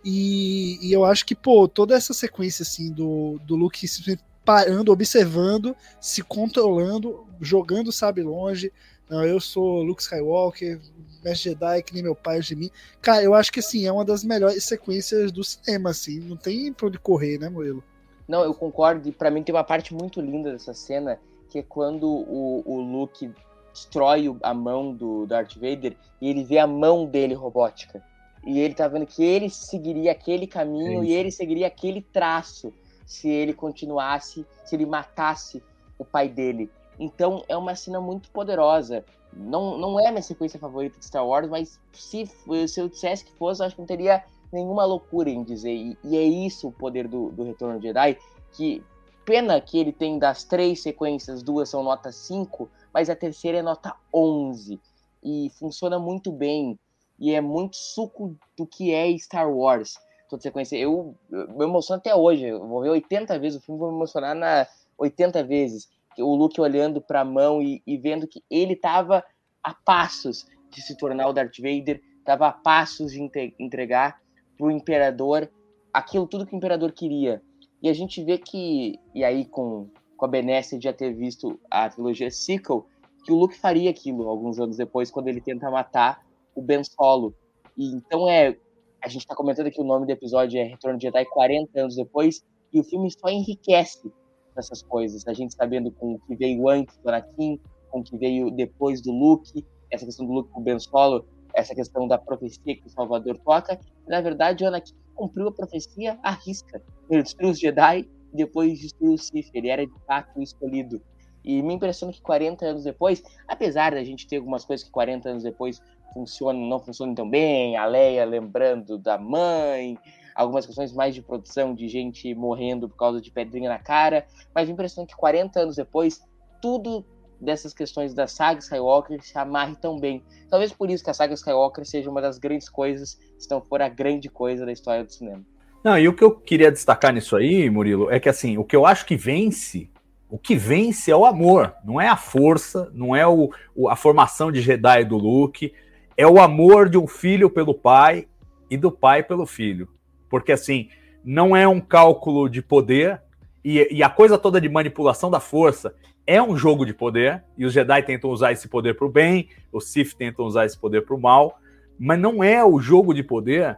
E eu acho que, pô, toda essa sequência, assim, do Luke simplesmente parando, observando, se controlando, jogando o sabre longe. Não, eu sou Luke Skywalker, mestre Jedi, que nem meu pai de mim. Cara, eu acho que, assim, é uma das melhores sequências do cinema, assim. Não tem pra onde correr, né, Murilo? Não, eu concordo. E pra mim tem uma parte muito linda dessa cena, que é quando o Luke destrói a mão do Darth Vader e ele vê a mão dele robótica. E ele tá vendo que ele seguiria aquele caminho e ele seguiria aquele traço se ele continuasse, se ele matasse o pai dele. Então é uma cena muito poderosa. Não é a minha sequência favorita de Star Wars, mas se eu dissesse que fosse, eu acho que não teria nenhuma loucura em dizer. E é isso o poder do Retorno de Jedi, que pena que ele tem das 3 sequências, 2 são nota 5, mas a terceira é nota 11. E funciona muito bem. E é muito suco do que é Star Wars. Toda sequência. Eu me emociono até hoje. Eu vou ver 80 vezes o filme, vou me emocionar 80 vezes. O Luke olhando para a mão e vendo que ele estava a passos de se tornar o Darth Vader, estava a passos de entregar para o Imperador aquilo tudo que o Imperador queria. E a gente vê que, e aí com a benesse de já ter visto a trilogia sequel, que o Luke faria aquilo alguns anos depois, quando ele tenta matar o Ben Solo. E então a gente está comentando aqui, o nome do episódio é Retorno de Jedi 40 anos depois, e o filme só enriquece essas coisas, a gente sabendo com o que veio antes do Anakin, com o que veio depois do Luke, essa questão do Luke com o Ben Solo, essa questão da profecia que o Salvador toca. Na verdade, o Anakin cumpriu a profecia à risca. Ele destruiu os Jedi e depois destruiu o Sith. Ele era de fato o escolhido. E me impressiona que 40 anos depois, apesar da gente ter algumas coisas que 40 anos depois não funcionam tão bem, a Leia lembrando da mãe, algumas questões mais de produção, de gente morrendo por causa de pedrinha na cara, mas me impressiona que 40 anos depois, tudo dessas questões da saga Skywalker se amarre tão bem. Talvez por isso que a saga Skywalker seja uma das grandes coisas, se não for a grande coisa da história do cinema. Não, e o que eu queria destacar nisso aí, Murilo, é que assim, o que eu acho que vence, o que vence é o amor, não é a força, não é a formação de Jedi do Luke, é o amor de um filho pelo pai e do pai pelo filho. Porque assim, não é um cálculo de poder, e a coisa toda de manipulação da força é um jogo de poder, e os Jedi tentam usar esse poder para o bem, os Sith tentam usar esse poder para o mal, mas não é o jogo de poder,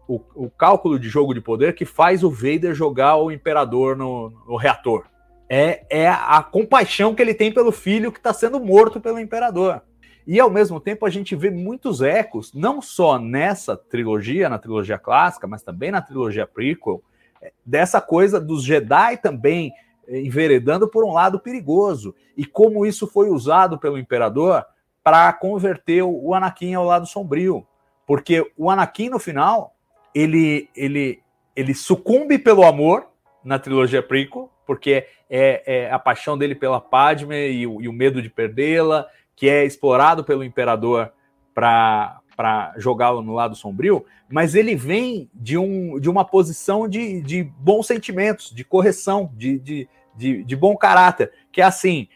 o cálculo de jogo de poder que faz o Vader jogar o Imperador no reator. É a compaixão que ele tem pelo filho que está sendo morto pelo Imperador. E, ao mesmo tempo, a gente vê muitos ecos, não só nessa trilogia, na trilogia clássica, mas também na trilogia prequel, dessa coisa dos Jedi também enveredando por um lado perigoso. E como isso foi usado pelo Imperador para converter o Anakin ao lado sombrio. Porque o Anakin, no final, ele sucumbe pelo amor na trilogia prequel, porque é a paixão dele pela Padme e o medo de perdê-la, que é explorado pelo Imperador para jogá-lo no lado sombrio, mas ele vem de uma posição de bons sentimentos, de correção, de bom caráter, que é assim,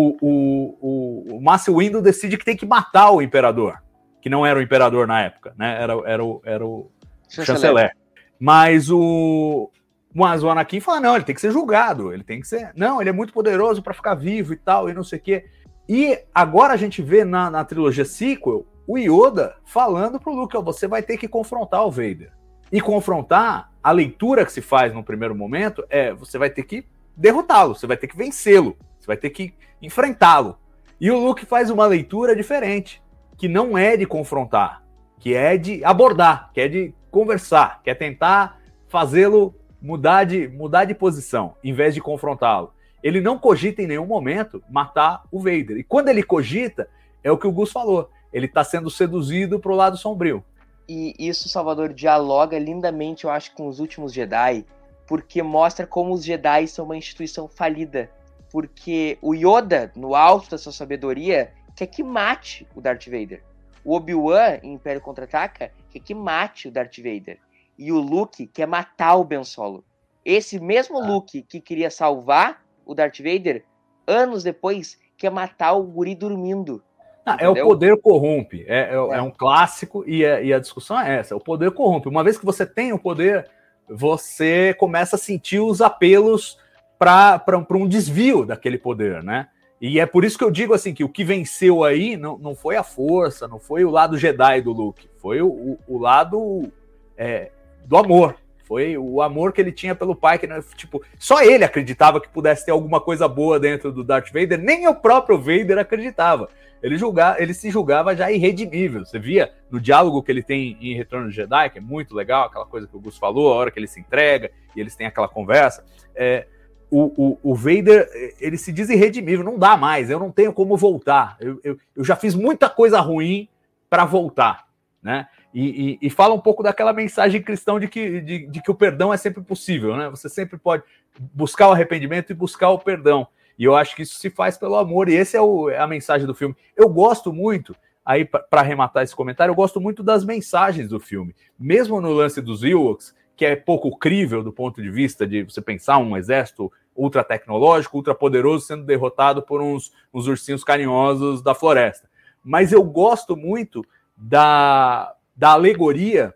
o Mace Windu decide que tem que matar o Imperador, que não era o Imperador na época, né? Era o chanceler. Mas o Anakin fala, não, ele tem que ser julgado, ele é muito poderoso para ficar vivo e tal, e não sei o quê. E agora a gente vê na trilogia sequel o Yoda falando pro Luke, você vai ter que confrontar o Vader. E confrontar, a leitura que se faz no primeiro momento você vai ter que derrotá-lo, você vai ter que vencê-lo, você vai ter que enfrentá-lo. E o Luke faz uma leitura diferente, que não é de confrontar, que é de abordar, que é de conversar, que é tentar fazê-lo mudar de posição, em vez de confrontá-lo. Ele não cogita em nenhum momento matar o Vader. E quando ele cogita, é o que o Gus falou, ele está sendo seduzido para o lado sombrio. E isso, Salvador, dialoga lindamente, eu acho, com os últimos Jedi, porque mostra como os Jedi são uma instituição falida. Porque o Yoda, no alto da sua sabedoria, quer que mate o Darth Vader. O Obi-Wan, em Império Contra-Ataca, quer que mate o Darth Vader. E o Luke quer matar o Ben Solo. Esse mesmo Luke que queria salvar o Darth Vader, anos depois, quer matar o guri dormindo. É o poder corrompe, é um clássico e a discussão é essa, o poder corrompe. Uma vez que você tem o poder, você começa a sentir os apelos para um desvio daquele poder, né? E é por isso que eu digo assim, que o que venceu aí não foi a força, não foi o lado Jedi do Luke, foi o lado do amor. Foi o amor que ele tinha pelo pai, que tipo, só ele acreditava que pudesse ter alguma coisa boa dentro do Darth Vader, nem o próprio Vader acreditava. Ele se julgava já irredimível. Você via no diálogo que ele tem em Retorno do Jedi, que é muito legal, aquela coisa que o Gus falou, a hora que ele se entrega e eles têm aquela conversa. O Vader, ele se diz irredimível, não dá mais, eu não tenho como voltar. Eu já fiz muita coisa ruim para voltar, né? E fala um pouco daquela mensagem cristã de que o perdão é sempre possível, né? Você sempre pode buscar o arrependimento e buscar o perdão. E eu acho que isso se faz pelo amor, e essa é a mensagem do filme. Eu gosto muito, aí para arrematar esse comentário, eu gosto muito das mensagens do filme. Mesmo no lance dos Ewoks, que é pouco crível do ponto de vista de você pensar um exército ultra tecnológico, ultra poderoso, sendo derrotado por uns ursinhos carinhosos da floresta. Mas eu gosto muito da alegoria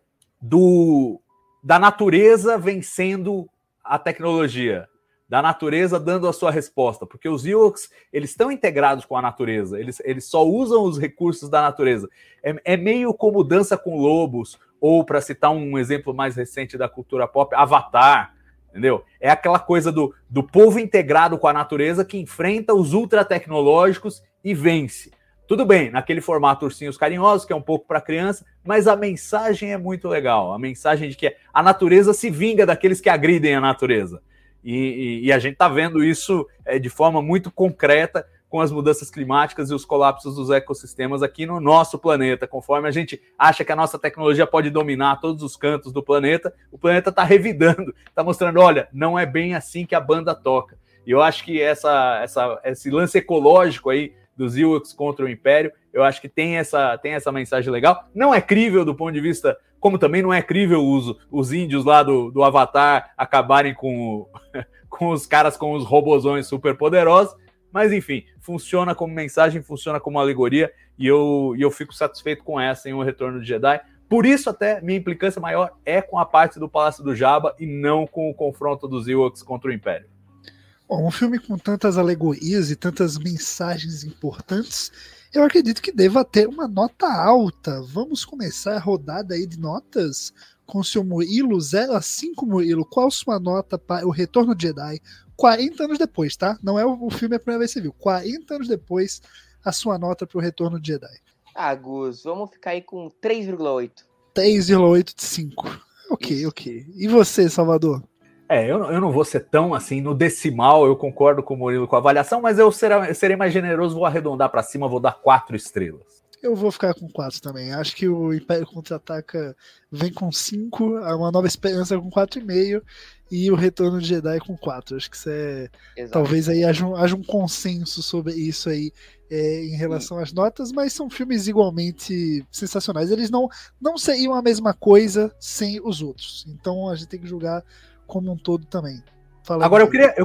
da natureza vencendo a tecnologia, da natureza dando a sua resposta, porque os Ewoks, eles estão integrados com a natureza, eles só usam os recursos da natureza. É meio como Dança com Lobos, ou, para citar um exemplo mais recente da cultura pop, Avatar, entendeu? É aquela coisa do povo integrado com a natureza que enfrenta os ultra tecnológicos e vence. Tudo bem, naquele formato ursinhos carinhosos, que é um pouco para criança, mas a mensagem é muito legal. A mensagem de que a natureza se vinga daqueles que agridem a natureza. E a gente está vendo isso de forma muito concreta com as mudanças climáticas e os colapsos dos ecossistemas aqui no nosso planeta. Conforme a gente acha que a nossa tecnologia pode dominar todos os cantos do planeta, o planeta está revidando, está mostrando, olha, não é bem assim que a banda toca. E eu acho que esse lance ecológico aí dos Ewoks contra o Império, eu acho que tem essa mensagem legal. Não é crível do ponto de vista, como também não é crível os índios lá do Avatar acabarem com os caras com os robozões super poderosos, mas enfim, funciona como mensagem, funciona como alegoria, e eu fico satisfeito com essa em O Retorno de Jedi. Por isso até minha implicância maior é com a parte do Palácio do Jabba e não com o confronto dos Ewoks contra o Império. Bom, um filme com tantas alegorias e tantas mensagens importantes, eu acredito que deva ter uma nota alta. Vamos começar a rodada aí de notas com o seu Murilo, 0 a 5, Murilo. Qual sua nota para O Retorno de Jedi? 40 anos depois, tá? Não é o filme a primeira vez que você viu. 40 anos depois, a sua nota para O Retorno de Jedi. Gus, vamos ficar aí com 3,8. 3,8 de 5. Ok. E você, Salvador? Eu não vou ser tão assim no decimal, eu concordo com o Murilo com a avaliação, mas eu serei mais generoso, vou arredondar para cima, vou dar 4 estrelas. Eu vou ficar com 4 também. Acho que o Império Contra-Ataca vem com 5, Uma Nova Esperança com 4,5 e o Retorno de Jedi com 4. Acho que isso é... Exato. Talvez aí haja um consenso sobre isso aí em relação às notas, mas são filmes igualmente sensacionais. Eles não seriam a mesma coisa sem os outros. Então a gente tem que julgar como um todo também. Agora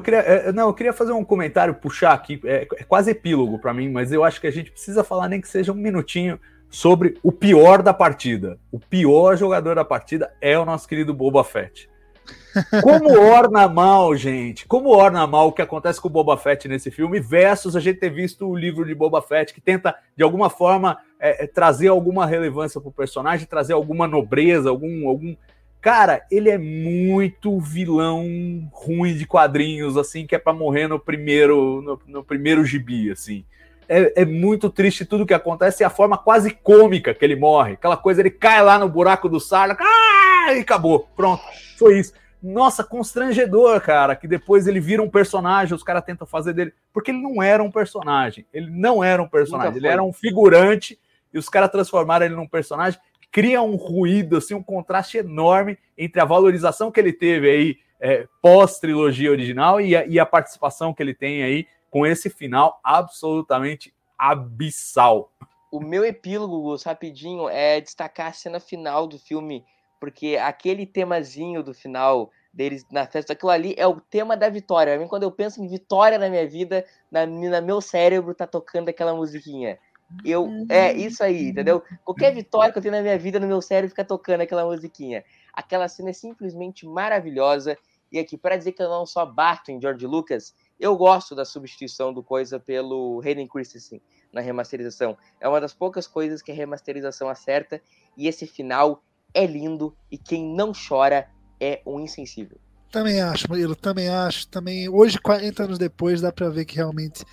eu queria fazer um comentário, puxar aqui, é quase epílogo para mim, mas eu acho que a gente precisa falar, nem que seja um minutinho, sobre o pior da partida. O pior jogador da partida é o nosso querido Boba Fett. Como orna mal, gente. Como orna mal o que acontece com o Boba Fett nesse filme versus a gente ter visto o livro de Boba Fett, que tenta, de alguma forma, trazer alguma relevância pro personagem, trazer alguma nobreza, algum... Cara, ele é muito vilão ruim de quadrinhos, assim, que é pra morrer no primeiro gibi, assim. É muito triste tudo que acontece e a forma quase cômica que ele morre. Aquela coisa, ele cai lá no buraco do Sarlacc, e acabou. Pronto, foi isso. Nossa, constrangedor, cara, que depois ele vira um personagem, os caras tentam fazer dele... Porque ele não era um personagem. Ele não era um personagem, ele era um figurante e os caras transformaram ele num personagem. Cria um ruído, assim, um contraste enorme entre a valorização que ele teve aí pós-trilogia original e a participação que ele tem aí com esse final absolutamente abissal. O meu epílogo, Gus, rapidinho, é destacar a cena final do filme, porque aquele temazinho do final deles na festa, aquilo ali é o tema da vitória. Quando eu penso em vitória na minha vida, no meu cérebro tá tocando aquela musiquinha. É isso aí, entendeu? Qualquer vitória que eu tenho na minha vida, no meu cérebro fica tocando aquela musiquinha. Aquela cena é simplesmente maravilhosa. E aqui, para dizer que eu não só bato em George Lucas, eu gosto da substituição do Coisa pelo Hayden Christensen na remasterização. É uma das poucas coisas que a remasterização acerta. E esse final é lindo. E quem não chora é um insensível. Também acho, Murilo, também acho. Hoje, 40 anos depois, dá pra ver que realmente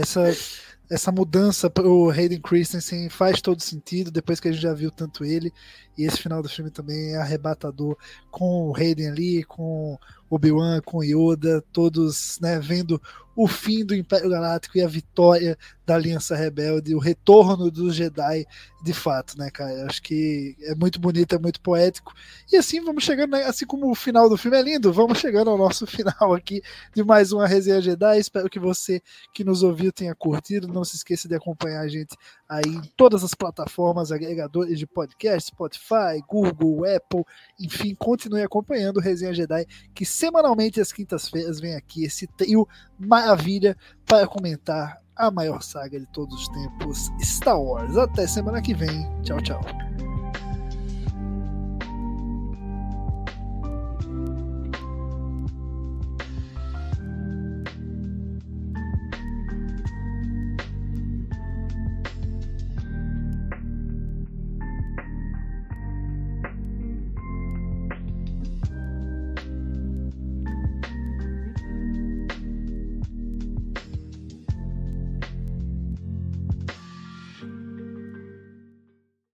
essa mudança pro Hayden Christensen faz todo sentido, depois que a gente já viu tanto ele. E esse final do filme também é arrebatador, com o Hayden ali, com Obi-Wan, com Yoda, todos, né, vendo o fim do Império Galáctico e a vitória da Aliança Rebelde, o retorno dos Jedi, de fato, né, cara? Acho que é muito bonito, é muito poético. E assim vamos chegando, né, assim como o final do filme é lindo, vamos chegando ao nosso final aqui de mais uma Resenha Jedi. Espero que você que nos ouviu tenha curtido. Não se esqueça de acompanhar a gente aí em todas as plataformas agregadores de podcast, Spotify, Google, Apple, enfim, continue acompanhando o Resenha Jedi, que semanalmente às quintas-feiras vem aqui esse trio maravilha para comentar a maior saga de todos os tempos, Star Wars. Até semana que vem. Tchau, tchau.